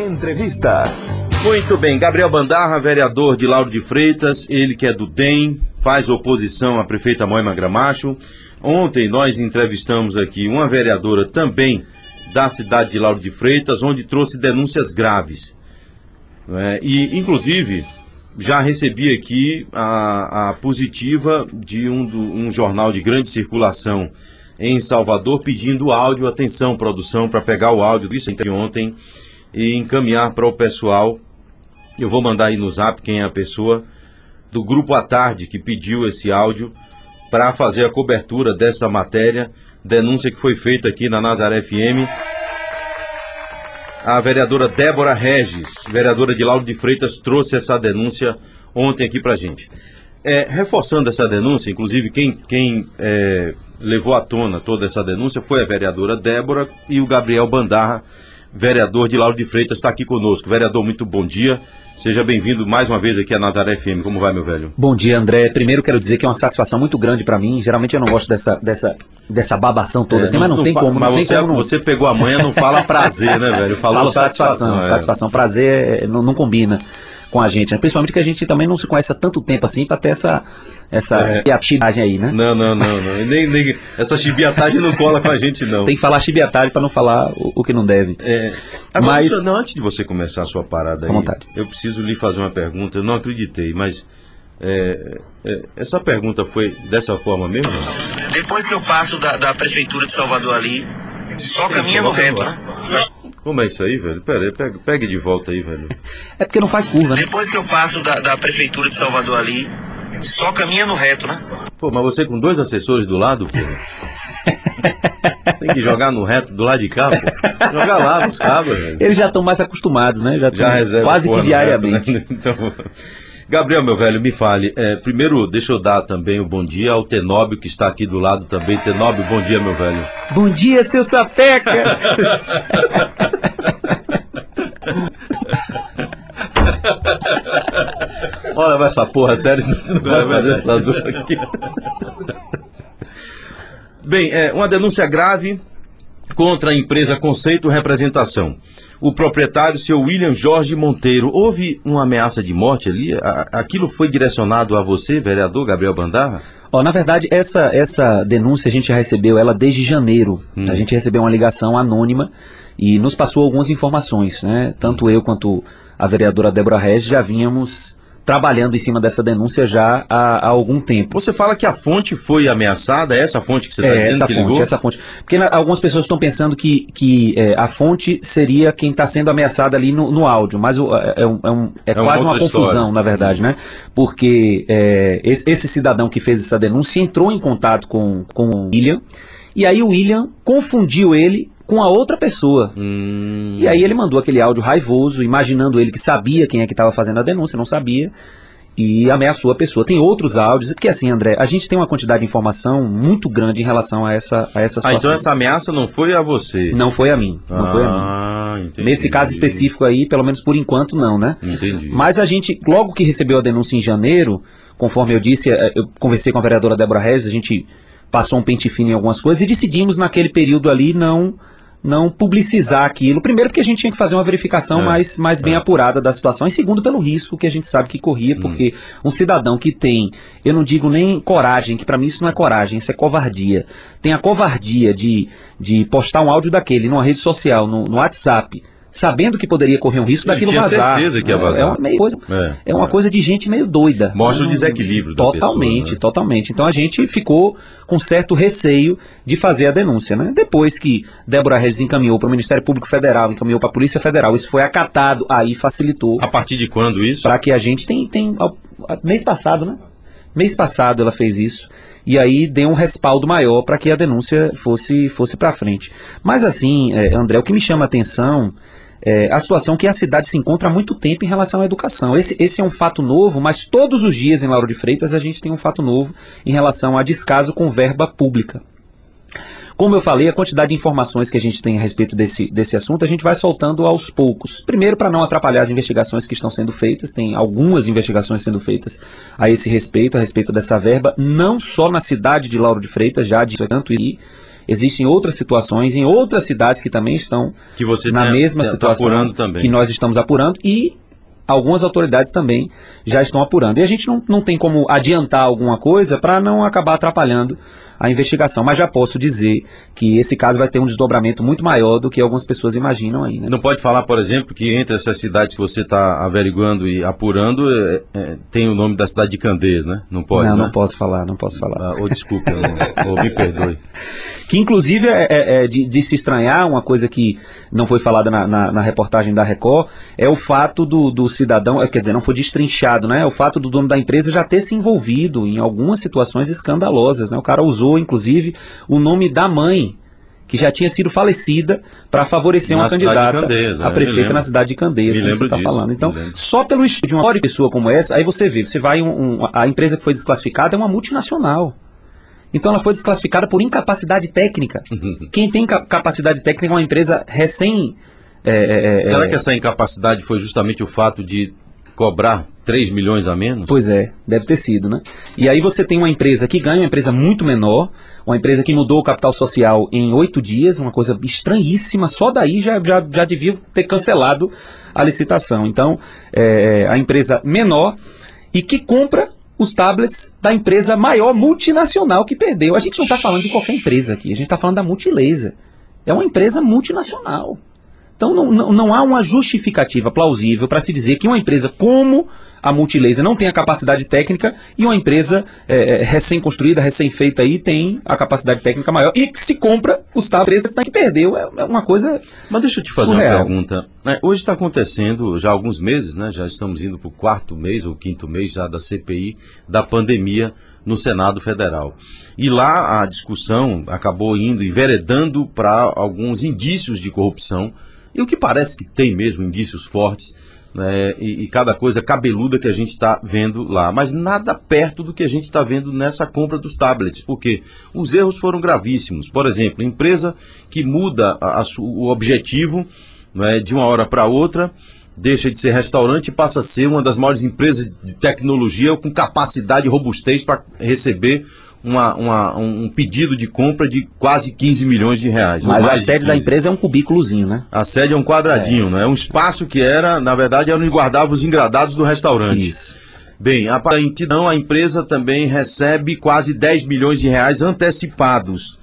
Entrevista. Muito bem, Gabriel Bandarra, vereador de Lauro de Freitas, ele que é do DEM, faz oposição à prefeita Moema Gramacho. Ontem nós entrevistamos aqui uma vereadora também da cidade de Lauro de Freitas, onde trouxe denúncias graves. E, inclusive, já recebi aqui a positiva de um jornal de grande circulação em Salvador, pedindo áudio. Atenção, produção, para pegar o áudio disso de ontem e encaminhar para o pessoal. Eu vou mandar aí no zap quem é a pessoa do Grupo à Tarde que pediu esse áudio para fazer a cobertura dessa matéria, denúncia que foi feita aqui na Nazaré FM. A vereadora Débora Regis, vereadora de Lauro de Freitas, trouxe essa denúncia ontem aqui para a gente. Reforçando essa denúncia, inclusive quem levou à tona toda essa denúncia foi a vereadora Débora, e o Gabriel Bandarra, vereador de Lauro de Freitas, está aqui conosco. Vereador, muito bom dia. Seja bem-vindo mais uma vez aqui à Nazaré FM. Como vai, meu velho? Bom dia, André. Primeiro quero dizer que é uma satisfação muito grande para mim. Geralmente eu não gosto dessa babação toda assim, mas não tem como. Mas você pegou a manha, não fala prazer, né, velho? Falo satisfação. Satisfação, prazer não combina com a gente, né? Principalmente que a gente também não se conhece há tanto tempo assim para ter essa chibiatagem aí, né? Não. Nem essa chibiatagem não cola com a gente, não. Tem que falar chibiatagem para não falar o que não deve. Agora, mas antes de você começar a sua parada aí, vontade. Eu preciso lhe fazer uma pergunta. Eu não acreditei, mas essa pergunta foi dessa forma mesmo? Depois que eu passo da prefeitura de Salvador ali, só caminha no reto, né? Como é isso aí, velho? Pera aí, pegue de volta aí, velho. É porque não faz curva, né? Depois que eu passo da prefeitura de Salvador ali, só caminha no reto, né? Pô, mas você com 2 assessores do lado, pô. Tem que jogar no reto do lado de cá, pô. Jogar lá nos cabos, velho. Eles já estão mais acostumados, né? Já reserva quase que diariamente. Reto, né? Então... Gabriel, meu velho, me fale. Primeiro, deixa eu dar também o bom dia ao Tenóbio, que está aqui do lado também. Tenóbio, bom dia, meu velho. Bom dia, seu sapeca! Olha, vai essa porra, sério, não vai fazer essa zona aqui. Bem, uma denúncia grave contra a empresa Conceito Representação. O proprietário, seu William Jorge Monteiro. Houve uma ameaça de morte ali? Aquilo foi direcionado a você, vereador Gabriel Bandarra? Na verdade, essa denúncia a gente já recebeu ela desde janeiro. A gente recebeu uma ligação anônima e nos passou algumas informações, né? Tanto eu quanto a vereadora Débora Regis já vínhamos trabalhando em cima dessa denúncia já há algum tempo. Você fala que a fonte foi ameaçada? É essa fonte que você está dizendo que ligou? Essa fonte. Porque algumas pessoas estão pensando que a fonte seria quem está sendo ameaçado ali no áudio, mas é quase uma confusão, história, na verdade, né? Porque esse cidadão que fez essa denúncia entrou em contato com o William, e aí o William confundiu ele com a outra pessoa. E aí ele mandou aquele áudio raivoso, imaginando ele que sabia quem é que estava fazendo a denúncia, não sabia, e ameaçou a pessoa. Tem outros áudios, porque assim, André, a gente tem uma quantidade de informação muito grande em relação a essa situação. Então essa ameaça não foi a você? Não foi a mim, não foi a mim. Entendi. Nesse caso específico aí, pelo menos por enquanto não, né? Entendi. Mas a gente, logo que recebeu a denúncia em janeiro, conforme eu disse, eu conversei com a vereadora Débora Regis, a gente passou um pente fino em algumas coisas e decidimos naquele período ali não publicizar aquilo. Primeiro porque a gente tinha que fazer uma verificação mais bem apurada da situação, e segundo pelo risco que a gente sabe que corria, porque um cidadão que tem, eu não digo nem coragem, que para mim isso não é coragem, isso é covardia, tem a covardia de postar um áudio daquele numa rede social, no WhatsApp, sabendo que poderia correr um risco daquilo vazar. Certeza que ia vazar. É uma coisa de gente meio doida. Mostra o desequilíbrio da totalmente, pessoa, né? Totalmente. Então a gente ficou com certo receio de fazer a denúncia, né? Depois que Débora Regis encaminhou para o Ministério Público Federal, encaminhou para a Polícia Federal, isso foi acatado, aí facilitou. A partir de quando isso? Para que a gente tem mês passado, né? Mês passado ela fez isso. E aí deu um respaldo maior para que a denúncia fosse para frente. Mas assim, André, o que me chama a atenção a situação que a cidade se encontra há muito tempo em relação à educação. Esse é um fato novo, mas todos os dias em Lauro de Freitas a gente tem um fato novo em relação a descaso com verba pública. Como eu falei, a quantidade de informações que a gente tem a respeito desse assunto, a gente vai soltando aos poucos. Primeiro, para não atrapalhar as investigações que estão sendo feitas, tem algumas investigações sendo feitas a respeito dessa verba, não só na cidade de Lauro de Freitas, já de tanto, e Existem outras situações em outras cidades que também estão Que você na mesma situação apurando também. que nós estamos apurando e algumas autoridades também já estão apurando. E a gente não tem como adiantar alguma coisa para não acabar atrapalhando a investigação. Mas já posso dizer que esse caso vai ter um desdobramento muito maior do que algumas pessoas imaginam aí, né? Não pode falar, por exemplo, que entre essas cidades que você está averiguando e apurando, tem o nome da cidade de Candeias, né? Não pode, Não, né? não posso falar, não posso falar. Ou desculpe, ou me perdoe. Que inclusive de se estranhar, uma coisa que não foi falada na reportagem da Record, é o fato do cidadão, quer dizer, não foi destrinchado, né? É o fato do dono da empresa já ter se envolvido em algumas situações escandalosas, né? O cara usou, inclusive, o nome da mãe, que já tinha sido falecida, para favorecer uma candidata a prefeita na cidade de Candeias, como você está falando. Então, só pelo estudo de uma pessoa como essa, aí você vê, a empresa que foi desclassificada é uma multinacional. Então ela foi desclassificada por incapacidade técnica. Quem tem capacidade técnica é uma empresa recém... Será que essa incapacidade foi justamente o fato de cobrar 3 milhões a menos? Pois é, deve ter sido, né? E aí você tem uma empresa que ganha, uma empresa muito menor, uma empresa que mudou o capital social em 8 dias, uma coisa estranhíssima, só daí já devia ter cancelado a licitação. Então, a empresa menor e que compra os tablets da empresa maior multinacional que perdeu. A gente não está falando de qualquer empresa aqui, a gente está falando da Multilaser. É uma empresa multinacional. Então não há uma justificativa plausível para se dizer que uma empresa como a Multilaser não tem a capacidade técnica e uma empresa recém-construída, recém-feita aí tem a capacidade técnica maior e que se compra os tablets que perdeu. É uma coisa Mas deixa eu te fazer surreal. uma pergunta. Hoje está acontecendo já há alguns meses, né? Já estamos indo para o 4º mês ou 5º mês já da CPI da pandemia no Senado Federal. E lá a discussão acabou indo, enveredando para alguns indícios de corrupção. E o que parece que tem mesmo indícios fortes, né, e cada coisa cabeluda que a gente está vendo lá. Mas nada perto do que a gente está vendo nessa compra dos tablets, porque os erros foram gravíssimos. Por exemplo, empresa que muda o objetivo, né, de uma hora para outra, deixa de ser restaurante e passa a ser uma das maiores empresas de tecnologia com capacidade e robustez para receber um pedido de compra de quase 15 milhões de reais. Mas a sede da empresa é um cubículozinho, né? A sede é um quadradinho, né? É um espaço que na verdade, era onde guardava os engradados do restaurante. Isso. Bem, a empresa também recebe quase 10 milhões de reais antecipados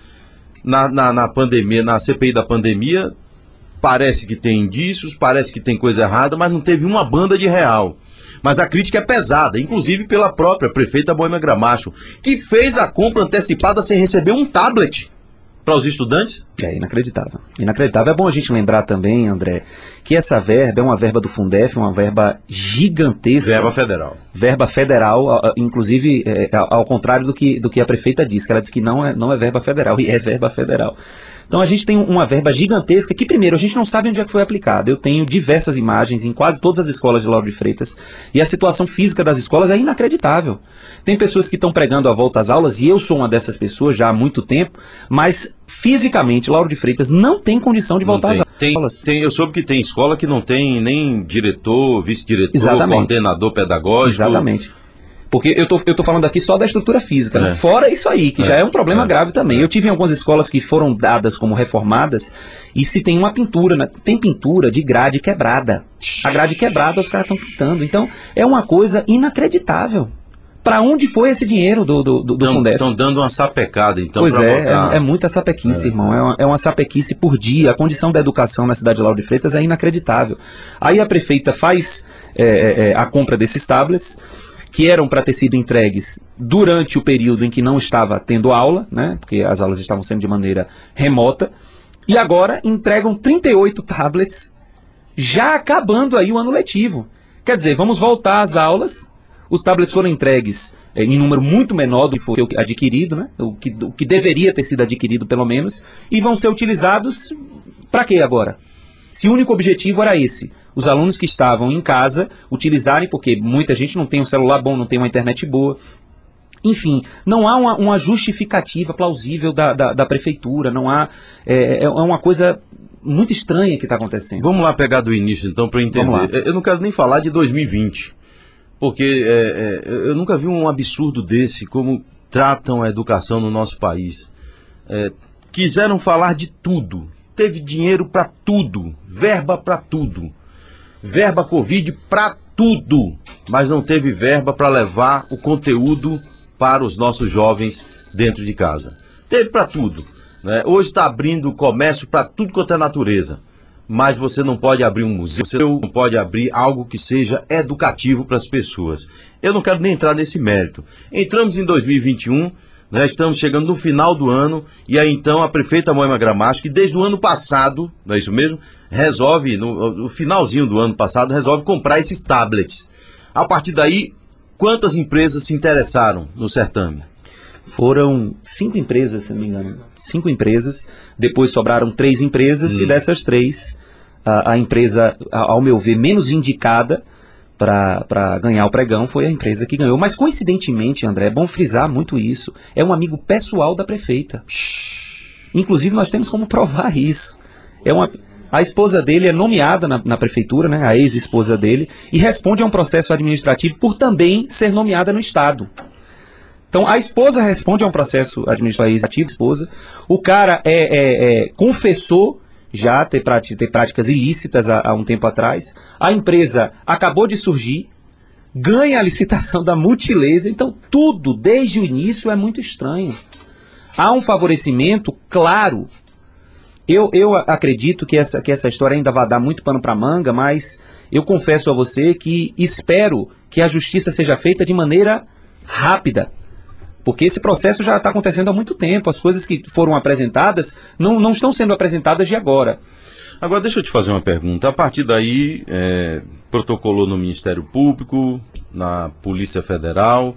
na pandemia, na CPI da pandemia. Parece que tem indícios, parece que tem coisa errada, mas não teve uma banda de real. Mas a crítica é pesada, inclusive pela própria prefeita Moema Gramacho, que fez a compra antecipada sem receber um tablet para os estudantes. É inacreditável. Inacreditável. É bom a gente lembrar também, André, que essa verba é uma verba do Fundef, uma verba gigantesca. Verba federal. Verba federal, inclusive, ao contrário do que a prefeita disse, que ela disse que não é verba federal, e é verba federal. Então a gente tem uma verba gigantesca que, primeiro, a gente não sabe onde é que foi aplicada. Eu tenho diversas imagens em quase todas as escolas de Lauro de Freitas e a situação física das escolas é inacreditável. Tem pessoas que estão pregando a volta às aulas e eu sou uma dessas pessoas já há muito tempo, mas fisicamente Lauro de Freitas não tem condição de voltar às aulas. Eu soube que tem escola que não tem nem diretor, vice-diretor, Exatamente. Coordenador pedagógico. Exatamente. Porque eu tô falando aqui só da estrutura física, né? Fora isso aí, que já é um problema grave também. Eu tive em algumas escolas que foram dadas como reformadas e se tem uma pintura, né? Tem pintura de grade quebrada. A grade quebrada os caras estão pintando. Então é uma coisa inacreditável. Para onde foi esse dinheiro do Fundef? Estão dando uma sapecada, então. Pois é muita sapequice, irmão. É uma sapequice por dia. A condição da educação na cidade de Lauro de Freitas é inacreditável. Aí a prefeita faz a compra desses tablets, que eram para ter sido entregues durante o período em que não estava tendo aula, né, porque as aulas estavam sendo de maneira remota, e agora entregam 38 tablets, já acabando aí o ano letivo. Quer dizer, vamos voltar às aulas, os tablets foram entregues em número muito menor do que foi adquirido, né, o que deveria ter sido adquirido pelo menos, e vão ser utilizados para quê agora? Se o único objetivo era esse, os alunos que estavam em casa utilizarem, porque muita gente não tem um celular bom, não tem uma internet boa. Enfim, não há uma justificativa plausível da prefeitura, não há. É uma coisa muito estranha que está acontecendo. Vamos lá pegar do início, então, para entender. Eu não quero nem falar de 2020, porque eu nunca vi um absurdo desse, como tratam a educação no nosso país. quiseram falar de tudo. Teve dinheiro para tudo, verba para tudo. Verba Covid para tudo, mas não teve verba para levar o conteúdo para os nossos jovens dentro de casa. Teve para tudo, né? Hoje está abrindo comércio para tudo quanto é natureza, mas você não pode abrir um museu, você não pode abrir algo que seja educativo para as pessoas. Eu não quero nem entrar nesse mérito. Entramos em 2021, né, estamos chegando no final do ano, e aí então a prefeita Moema Gramacho, que desde o ano passado, não é isso mesmo, resolve, no finalzinho do ano passado, resolve comprar esses tablets. A partir daí, quantas empresas se interessaram no certame? Foram 5 empresas, se não me engano. 5 empresas, depois sobraram 3 empresas, e dessas 3, a empresa, ao meu ver, menos indicada para ganhar o pregão foi a empresa que ganhou. Mas, coincidentemente, André, é bom frisar muito isso, é um amigo pessoal da prefeita. Inclusive, nós temos como provar isso. A esposa dele é nomeada na prefeitura, né, a ex-esposa dele, e responde a um processo administrativo por também ser nomeada no Estado. Então, a esposa responde a um processo administrativo, o cara confessou já ter práticas ilícitas há um tempo atrás, a empresa acabou de surgir, ganha a licitação da Multilaser, então tudo, desde o início, é muito estranho. Há um favorecimento claro. Eu acredito que essa história ainda vai dar muito pano para manga, mas eu confesso a você que espero que a justiça seja feita de maneira rápida. Porque esse processo já está acontecendo há muito tempo. As coisas que foram apresentadas não estão sendo apresentadas de agora. Agora, deixa eu te fazer uma pergunta. A partir daí, protocolou no Ministério Público, na Polícia Federal,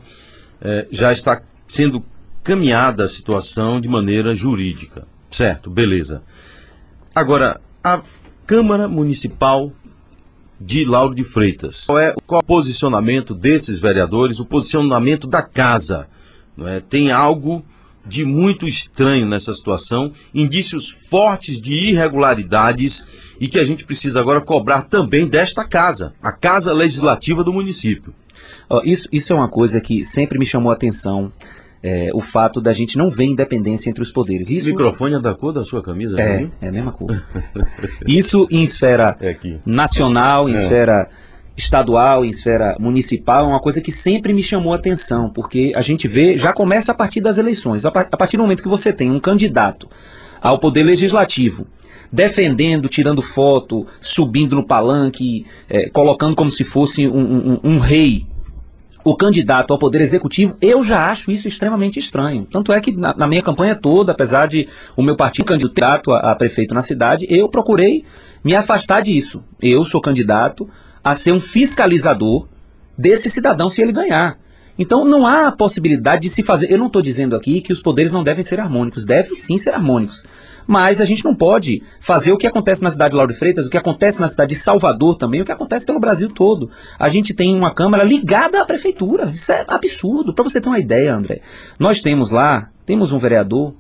já está sendo caminhada a situação de maneira jurídica. Certo, beleza. Agora, a Câmara Municipal de Lauro de Freitas, qual é o posicionamento desses vereadores, o posicionamento da casa? Não é? Tem algo de muito estranho nessa situação, indícios fortes de irregularidades, e que a gente precisa agora cobrar também desta casa, a Casa Legislativa do município. Isso é uma coisa que sempre me chamou a atenção, o fato da gente não ver independência entre os poderes. O microfone é da cor da sua camisa? É a mesma cor. Isso em esfera nacional, em esfera estadual, em esfera municipal, é uma coisa que sempre me chamou a atenção, porque a gente vê, já começa a partir das eleições, a partir do momento que você tem um candidato ao poder legislativo, defendendo, tirando foto, subindo no palanque, colocando como se fosse um rei, o candidato ao poder executivo, eu já acho isso extremamente estranho. Tanto é que na minha campanha toda, apesar de o meu partido candidato a prefeito na cidade, eu procurei me afastar disso. Eu sou candidato a ser um fiscalizador desse cidadão se ele ganhar. Então não há possibilidade de se fazer. Eu não estou dizendo aqui que os poderes não devem ser harmônicos, devem sim ser harmônicos. Mas a gente não pode fazer o que acontece na cidade de Lauro de Freitas, o que acontece na cidade de Salvador também, o que acontece pelo Brasil todo. A gente tem uma Câmara ligada à Prefeitura. Isso é absurdo. Para você ter uma ideia, André, nós temos um vereador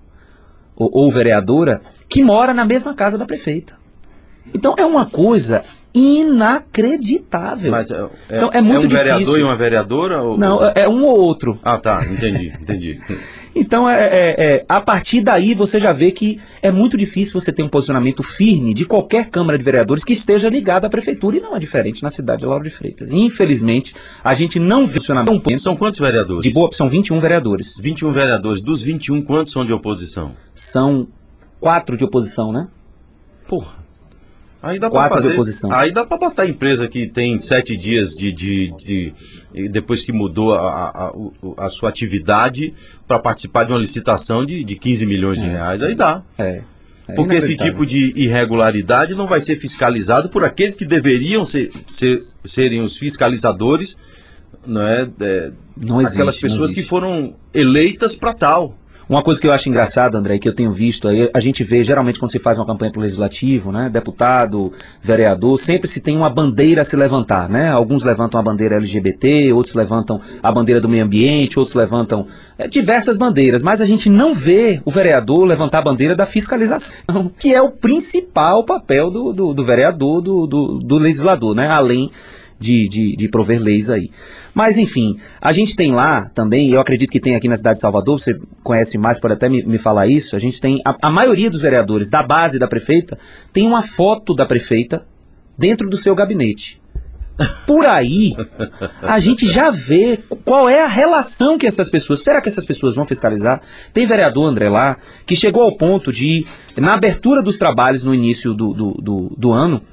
ou vereadora que mora na mesma casa da prefeita. Então é uma coisa inacreditável. Mas então, é muito um vereador difícil. E uma vereadora? Não, é um ou outro. Ah, tá, entendi. Então, a partir daí você já vê que é muito difícil você ter um posicionamento firme de qualquer Câmara de Vereadores que esteja ligada à Prefeitura, e não é diferente na cidade de Lauro de Freitas. Infelizmente, a gente não vê posicionamento. São quantos vereadores? São 21 vereadores. 21 vereadores. Dos 21, quantos são de oposição? São 4 de oposição, né? Porra. Aí dá para fazer. Aí dá para botar a empresa que tem 7 dias depois que mudou a sua atividade para participar de uma licitação de 15 milhões de reais. Aí dá. Porque esse tipo de irregularidade não vai ser fiscalizado por aqueles que deveriam serem os fiscalizadores, não é? Não existe, aquelas pessoas que foram eleitas para tal. Uma coisa que eu acho engraçada, André, que eu tenho visto, aí a gente vê geralmente quando se faz uma campanha para o legislativo, né, deputado, vereador, sempre se tem uma bandeira a se levantar, né? Alguns levantam a bandeira LGBT, outros levantam a bandeira do meio ambiente, outros levantam diversas bandeiras, mas a gente não vê o vereador levantar a bandeira da fiscalização, que é o principal papel do vereador, do legislador, né? Além de prover leis aí. Mas, enfim, a gente tem lá também, eu acredito que tem aqui na cidade de Salvador, você conhece mais, pode até me falar isso, a gente tem, a maioria dos vereadores da base da prefeita tem uma foto da prefeita dentro do seu gabinete. Por aí, a gente já vê qual é a relação que essas pessoas... Será que essas pessoas vão fiscalizar? Tem vereador, André, lá, que chegou ao ponto de, na abertura dos trabalhos no início do ano,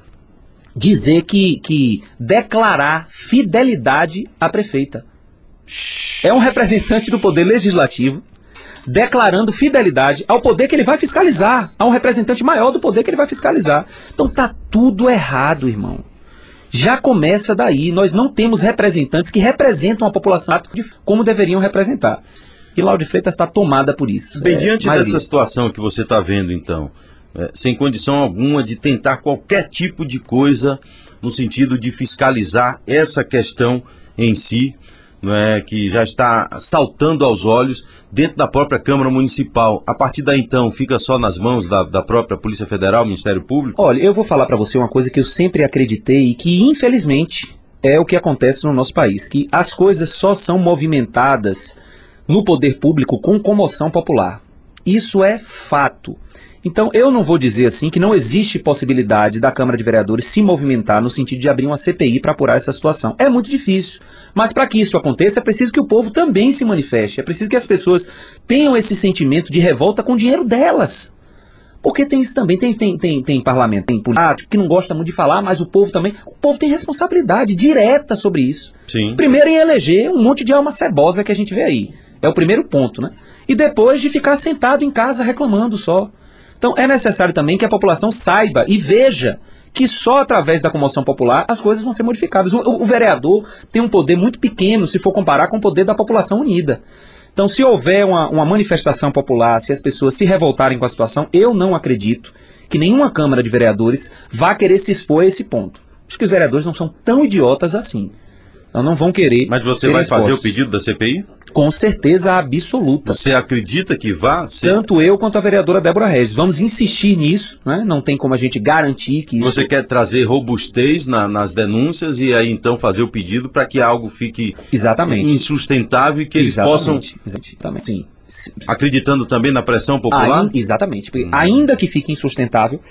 dizer que declarar fidelidade à prefeita. É um representante do Poder Legislativo declarando fidelidade ao poder que ele vai fiscalizar, a um representante maior do poder que ele vai fiscalizar. Então tá tudo errado, irmão. Já começa daí. Nós não temos representantes que representam a população como deveriam representar. E Lauro de Freitas está tomada por isso. Bem, diante dessa situação que você está vendo, então, sem condição alguma de tentar qualquer tipo de coisa no sentido de fiscalizar essa questão em si, não é, que já está saltando aos olhos dentro da própria Câmara Municipal. A partir daí, então, fica só nas mãos da própria Polícia Federal, Ministério Público? Olha, eu vou falar para você uma coisa que eu sempre acreditei e que, infelizmente, é o que acontece no nosso país, que as coisas só são movimentadas no poder público com comoção popular. Isso é fato. Então, eu não vou dizer assim que não existe possibilidade da Câmara de Vereadores se movimentar no sentido de abrir uma CPI para apurar essa situação. É muito difícil. Mas para que isso aconteça, é preciso que o povo também se manifeste. É preciso que as pessoas tenham esse sentimento de revolta com o dinheiro delas. Porque tem isso também. Tem parlamento, tem político que não gosta muito de falar, mas o povo também. O povo tem responsabilidade direta sobre isso. Sim. Primeiro em eleger um monte de alma cebosa que a gente vê aí. É o primeiro ponto, né? E depois de ficar sentado em casa reclamando só. Então é necessário também que a população saiba e veja que só através da comoção popular as coisas vão ser modificadas. O vereador tem um poder muito pequeno se for comparar com o poder da população unida. Então, se houver uma manifestação popular, se as pessoas se revoltarem com a situação, eu não acredito que nenhuma Câmara de Vereadores vá querer se expor a esse ponto. Acho que os vereadores não são tão idiotas assim. Então não vão querer. Mas você vai fazer o pedido da CPI? Com certeza absoluta. Você acredita que vá ser? Tanto eu quanto a vereadora Débora Regis. Vamos insistir nisso, né? Não tem como a gente garantir que isso... Você quer trazer robustez nas denúncias e aí então fazer o pedido para que algo fique insustentável e que eles possam... Exatamente, sim. Acreditando também na pressão popular? Exatamente. Porque ainda que fique insustentável,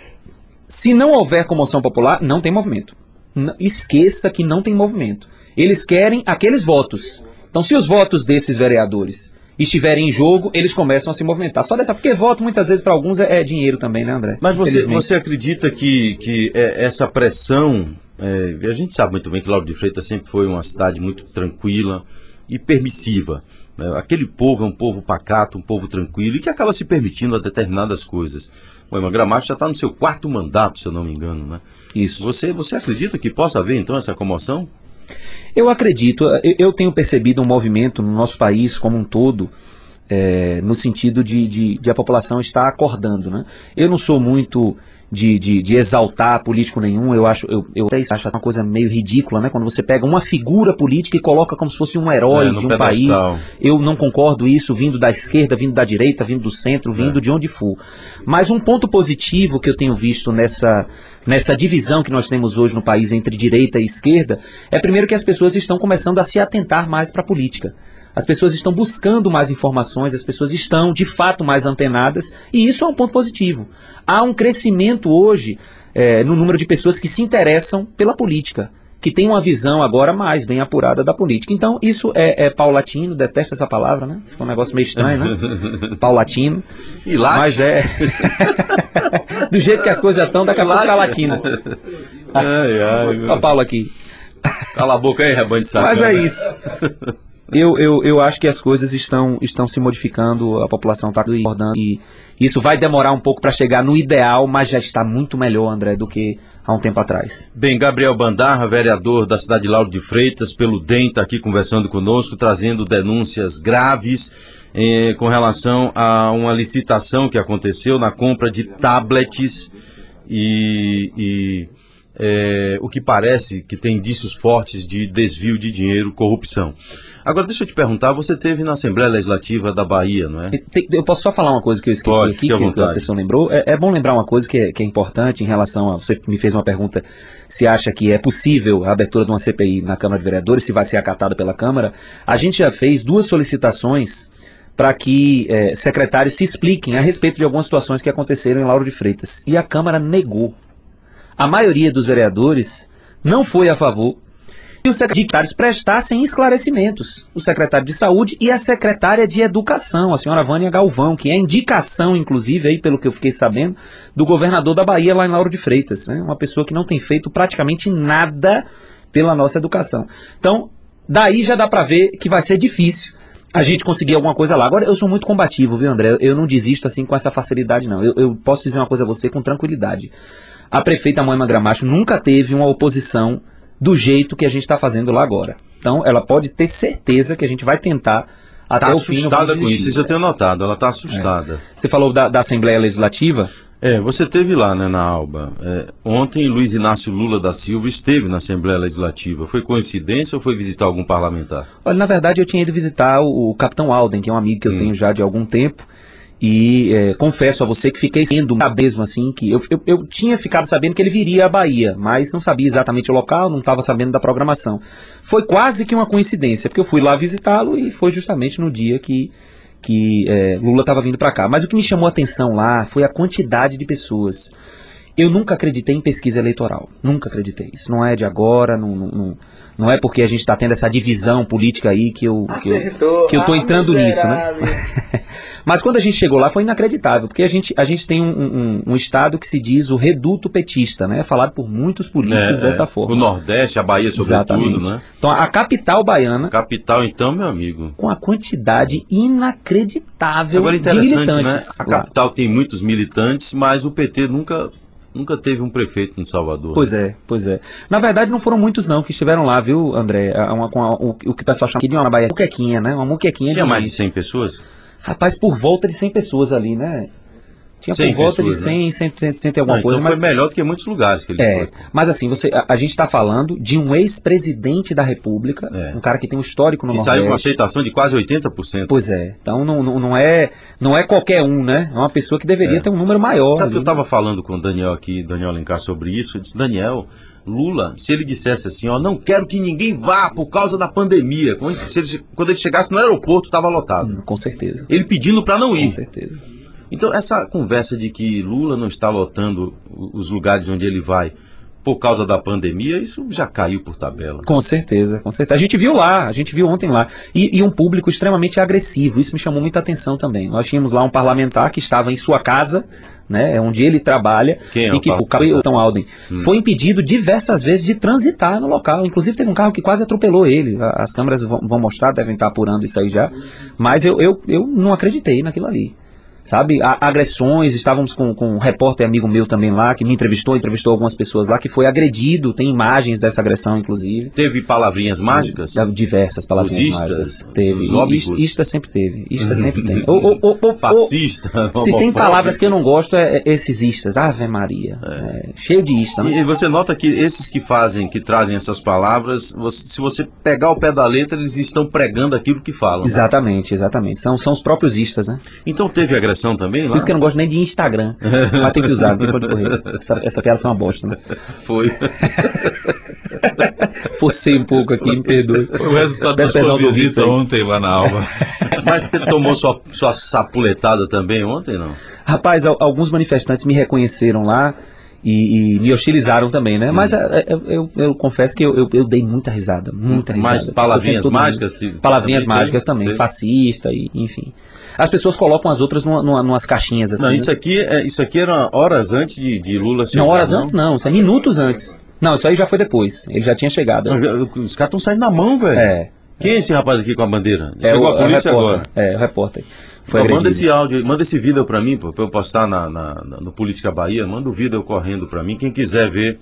se não houver comoção popular, não tem movimento. Esqueça que não tem movimento. Eles querem aqueles votos. Então, se os votos desses vereadores estiverem em jogo, eles começam a se movimentar. Só dessa, porque voto muitas vezes para alguns é dinheiro também, né, André? Mas você acredita que essa pressão, a gente sabe muito bem que Lauro de Freitas sempre foi uma cidade muito tranquila e permissiva. Né? Aquele povo é um povo pacato, um povo tranquilo e que acaba se permitindo a determinadas coisas. O Moema Gramacho já está no seu 4º mandato, se eu não me engano, né? Isso. Você acredita que possa haver, então, essa comoção? Eu acredito, eu tenho percebido um movimento no nosso país como um todo, no sentido de a população estar acordando, né? Eu não sou muito de exaltar político nenhum, eu acho uma coisa meio ridícula, né? Quando você pega uma figura política e coloca como se fosse um herói de um país. Eu não concordo isso, vindo da esquerda, vindo da direita, vindo do centro, vindo de onde for. Mas um ponto positivo que eu tenho visto nessa divisão que nós temos hoje no país entre direita e esquerda, é primeiro que as pessoas estão começando a se atentar mais para a política. As pessoas estão buscando mais informações, as pessoas estão, de fato, mais antenadas, e isso é um ponto positivo. Há um crescimento hoje no número de pessoas que se interessam pela política, que tem uma visão agora mais bem apurada da política. Então, isso é paulatino, detesto essa palavra, né? Fica um negócio meio estranho, né? Paulatino. E lá? Mas do jeito que as coisas estão, daqui a pouco tá latina. Olha a Paula aqui. Cala a boca aí, rebanho de sacana. Mas é isso. Eu acho que as coisas estão se modificando, a população está acordando e isso vai demorar um pouco para chegar no ideal, mas já está muito melhor, André, do que há um tempo atrás. Bem, Gabriel Bandarra, vereador da cidade de Lauro de Freitas, pelo DEM, está aqui conversando conosco, trazendo denúncias graves com relação a uma licitação que aconteceu na compra de tablets e o que parece que tem indícios fortes de desvio de dinheiro, corrupção. Agora, deixa eu te perguntar, você esteve na Assembleia Legislativa da Bahia, não é? Eu posso só falar uma coisa que eu esqueci aqui, que a assessor lembrou? É bom lembrar uma coisa que é importante em relação a... Você me fez uma pergunta se acha que é possível a abertura de uma CPI na Câmara de Vereadores, se vai ser acatada pela Câmara. A gente já fez 2 solicitações para que secretários se expliquem a respeito de algumas situações que aconteceram em Lauro de Freitas. E a Câmara negou. A maioria dos vereadores não foi a favor que os secretários prestassem esclarecimentos. O secretário de Saúde e a secretária de Educação, a senhora Vânia Galvão, que é indicação, inclusive, aí, pelo que eu fiquei sabendo, do governador da Bahia lá em Lauro de Freitas. Né? Uma pessoa que não tem feito praticamente nada pela nossa educação. Então, daí já dá para ver que vai ser difícil a gente conseguir alguma coisa lá. Agora, eu sou muito combativo, viu, André? Eu não desisto assim com essa facilidade, não. Eu posso dizer uma coisa a você com tranquilidade. A prefeita Moema Gramacho nunca teve uma oposição do jeito que a gente está fazendo lá agora. Então, ela pode ter certeza que a gente vai tentar até o fim. Está assustada com isso, eu tenho notado, ela está assustada. Você falou da Assembleia Legislativa? Você esteve lá, né, na Alba. Ontem, Luiz Inácio Lula da Silva esteve na Assembleia Legislativa. Foi coincidência ou foi visitar algum parlamentar? Olha, na verdade, eu tinha ido visitar o Capitão Alden, que é um amigo que eu tenho já de algum tempo. E confesso a você que fiquei sendo mesmo assim, que eu tinha ficado sabendo que ele viria à Bahia, mas não sabia exatamente o local, não estava sabendo da programação. Foi quase que uma coincidência, porque eu fui lá visitá-lo e foi justamente no dia que Lula estava vindo para cá. Mas o que me chamou a atenção lá foi a quantidade de pessoas. Eu nunca acreditei em pesquisa eleitoral, nunca acreditei. Isso não é de agora, não é porque a gente está tendo essa divisão política aí que eu estou entrando nisso, né? Mas quando a gente chegou lá foi inacreditável, porque a gente tem um estado que se diz o reduto petista, né? É falado por muitos políticos dessa forma. O Nordeste, a Bahia sobretudo, né? Então a capital baiana... Capital então, meu amigo. Com a quantidade inacreditável de militantes. Né? A capital tem muitos militantes, mas o PT nunca teve um prefeito em Salvador. Pois é. Na verdade, não foram muitos não que estiveram lá, viu, André? O que o pessoal chama aqui de uma Bahia muquequinha, né? Uma muquequinha. Tinha mais de 100 pessoas? Rapaz, por volta de 100 pessoas ali, né? Tinha por volta de 100, né? 100 e alguma coisa. Então foi melhor do que muitos lugares que ele foi. Mas assim, a gente está falando de um ex-presidente da República, um cara que tem um histórico no Nordeste. E saiu com aceitação de quase 80%. Pois é. Então não é qualquer um, né? É uma pessoa que deveria ter um número maior. Sabe que eu estava falando com o Daniel aqui, Daniel Alencar, sobre isso. Eu disse, Daniel, Lula, se ele dissesse assim, não quero que ninguém vá por causa da pandemia. Quando ele chegasse no aeroporto, estava lotado. Com certeza. Ele pedindo para não ir. Com certeza. Então, essa conversa de que Lula não está lotando os lugares onde ele vai por causa da pandemia, isso já caiu por tabela. Com certeza. A gente viu ontem lá. E um público extremamente agressivo, isso me chamou muita atenção também. Nós tínhamos lá um parlamentar que estava em sua casa, né, onde ele trabalha, e que o Capitão Alden foi impedido diversas vezes de transitar no local. Inclusive teve um carro que quase atropelou ele. As câmeras vão mostrar, devem estar apurando isso aí já. Mas eu não acreditei naquilo ali. Sabe, agressões, estávamos com um repórter amigo meu também lá, que me entrevistou algumas pessoas lá, que foi agredido, tem imagens dessa agressão, inclusive. Teve palavrinhas mágicas? Diversas palavrinhas mágicas. Teve. Ista sempre teve. Ista sempre tem. Fascista. Se tem palavras que eu não gosto, é esses istas. Ave Maria. Cheio de ista. Né? E você nota que esses que trazem essas palavras, se você pegar o pé da letra, eles estão pregando aquilo que falam. Exatamente. São os próprios istas, né? Então teve agressão também lá? Por isso que eu não gosto nem de Instagram. Mas tem que usar, não pode correr. Essa piada foi uma bosta, né? Foi. Forcei um pouco aqui, me perdoe. Foi o resultado da sua visita ontem lá na Alba. Mas você tomou sua sapuletada também ontem, não? Rapaz, alguns manifestantes me reconheceram lá e me hostilizaram também, né? Mas eu confesso que eu dei muita risada. Mas palavrinhas mágicas? Palavrinhas mágicas também, fascista, enfim. As pessoas colocam as outras numas caixinhas assim. Não, isso aqui era horas antes de Lula chegar. Não, horas antes não, isso é minutos antes. Não, isso aí já foi depois, ele já tinha chegado. Os caras estão saindo na mão, velho. Quem é esse rapaz aqui com a bandeira? Chegou a polícia agora. O repórter. Manda esse áudio, manda esse vídeo pra mim, pra eu postar no Política Bahia. Manda o vídeo correndo pra mim. Quem quiser ver,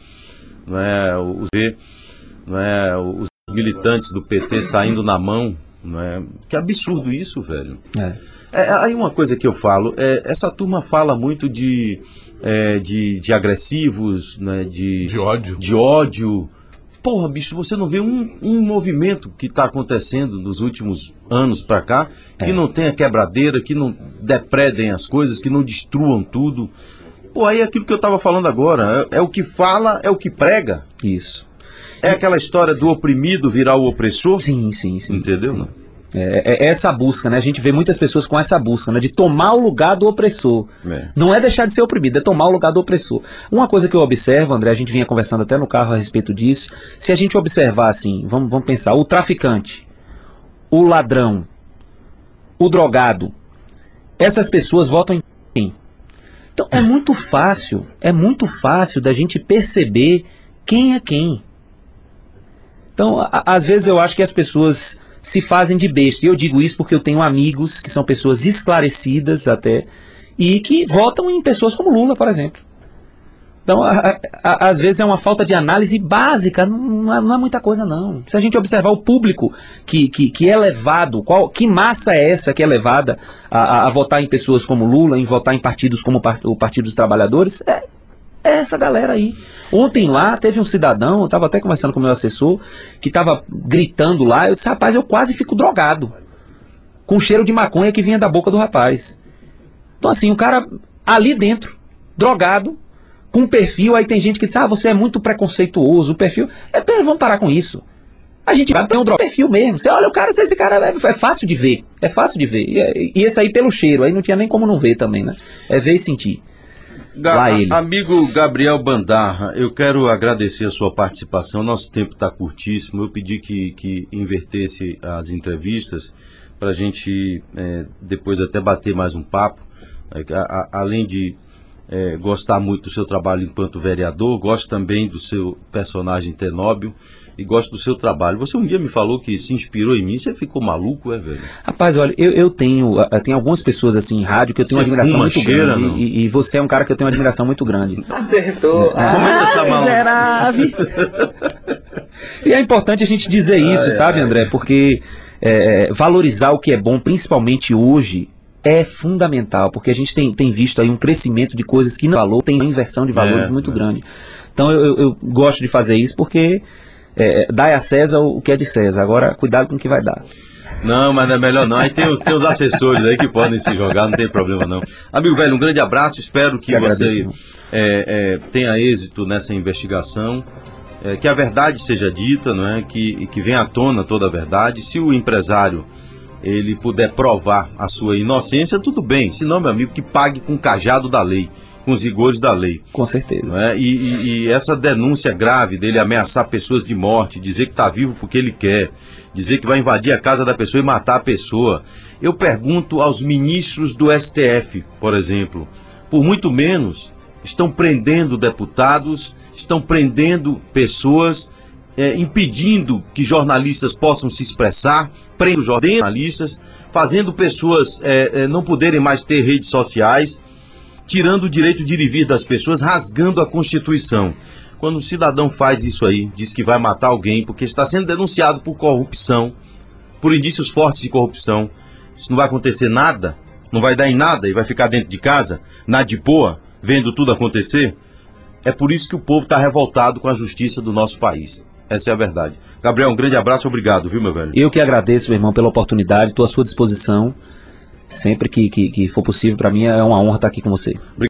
os militantes do PT saindo na mão, que absurdo isso, velho. Aí uma coisa que eu falo, essa turma fala muito de de agressivos, né, de ódio. Porra, bicho, você não vê um movimento que está acontecendo nos últimos anos para cá, que não tenha quebradeira, que não depredem as coisas, que não destruam tudo. Pô, aí é aquilo que eu estava falando agora, é o que fala, é o que prega. Isso. É aquela história do oprimido virar o opressor? Sim. Entendeu? Sim. É essa busca, né? A gente vê muitas pessoas com essa busca, né? De tomar o lugar do opressor. Não é deixar de ser oprimido, é tomar o lugar do opressor. Uma coisa que eu observo, André, a gente vinha conversando até no carro a respeito disso. Se a gente observar assim, vamos pensar, o traficante, o ladrão, o drogado, essas pessoas votam em quem? Então é muito fácil da gente perceber quem é quem. Então, às vezes eu acho que as pessoas se fazem de besta. E eu digo isso porque eu tenho amigos que são pessoas esclarecidas até, e que votam em pessoas como Lula, por exemplo. Então, às vezes é uma falta de análise básica, não é muita coisa não. Se a gente observar o público que é levado, que massa é essa que é levada a votar em pessoas como Lula, em votar em partidos como o Partido dos Trabalhadores, é essa galera aí. Ontem lá teve um cidadão, eu estava até conversando com o meu assessor, que estava gritando lá, eu disse, rapaz, eu quase fico drogado, com o cheiro de maconha que vinha da boca do rapaz. Então assim, o cara ali dentro, drogado, com um perfil, aí tem gente que diz, você é muito preconceituoso, o perfil, vamos parar com isso. A gente vai ter um perfil mesmo, você olha o cara, esse cara é fácil de ver, e esse aí pelo cheiro, aí não tinha nem como não ver também, né, é ver e sentir. Amigo Gabriel Bandarra, eu quero agradecer a sua participação. Nosso tempo está curtíssimo. Eu pedi que invertesse as entrevistas para a gente depois até bater mais um papo. Além de gostar muito do seu trabalho enquanto vereador, gosto também do seu personagem Tenóbio e gosto do seu trabalho. Você um dia me falou que se inspirou em mim, você ficou maluco, velho? Rapaz, olha, eu tenho algumas pessoas assim em rádio que eu tenho uma admiração muito grande, e você é um cara que eu tenho uma admiração muito grande. Acertou! Miserável! E é importante a gente dizer isso, sabe, André? Porque valorizar o que é bom, principalmente hoje, é fundamental, porque a gente tem visto aí um crescimento de coisas que não valor, tem uma inversão de valores muito grande. Então eu gosto de fazer isso porque dá a César o que é de César. Agora, cuidado com o que vai dar. Não, mas não é melhor não. Aí tem os assessores aí que podem se jogar, não tem problema não. Amigo velho, um grande abraço. Espero que você tenha êxito nessa investigação. Que a verdade seja dita, não é? Que venha à tona toda a verdade. Se o empresário ele puder provar a sua inocência, tudo bem. Se não, meu amigo, que pague com o cajado da lei, com os rigores da lei. Com certeza. Não é? E essa denúncia grave dele ameaçar pessoas de morte, dizer que está vivo porque ele quer, dizer que vai invadir a casa da pessoa e matar a pessoa. Eu pergunto aos ministros do STF, por exemplo, por muito menos estão prendendo deputados, estão prendendo pessoas, impedindo que jornalistas possam se expressar, prendendo jornalistas, fazendo pessoas não poderem mais ter redes sociais, tirando o direito de ir e vir das pessoas, rasgando a Constituição. Quando um cidadão faz isso aí, diz que vai matar alguém porque está sendo denunciado por corrupção, por indícios fortes de corrupção, isso não vai acontecer nada, não vai dar em nada e vai ficar dentro de casa, na de boa, vendo tudo acontecer. É por isso que o povo está revoltado com a justiça do nosso país. Essa é a verdade. Gabriel, um grande abraço, obrigado, viu, meu velho? Eu que agradeço, meu irmão, pela oportunidade, estou à sua disposição. Sempre que for possível, para mim é uma honra estar aqui com você.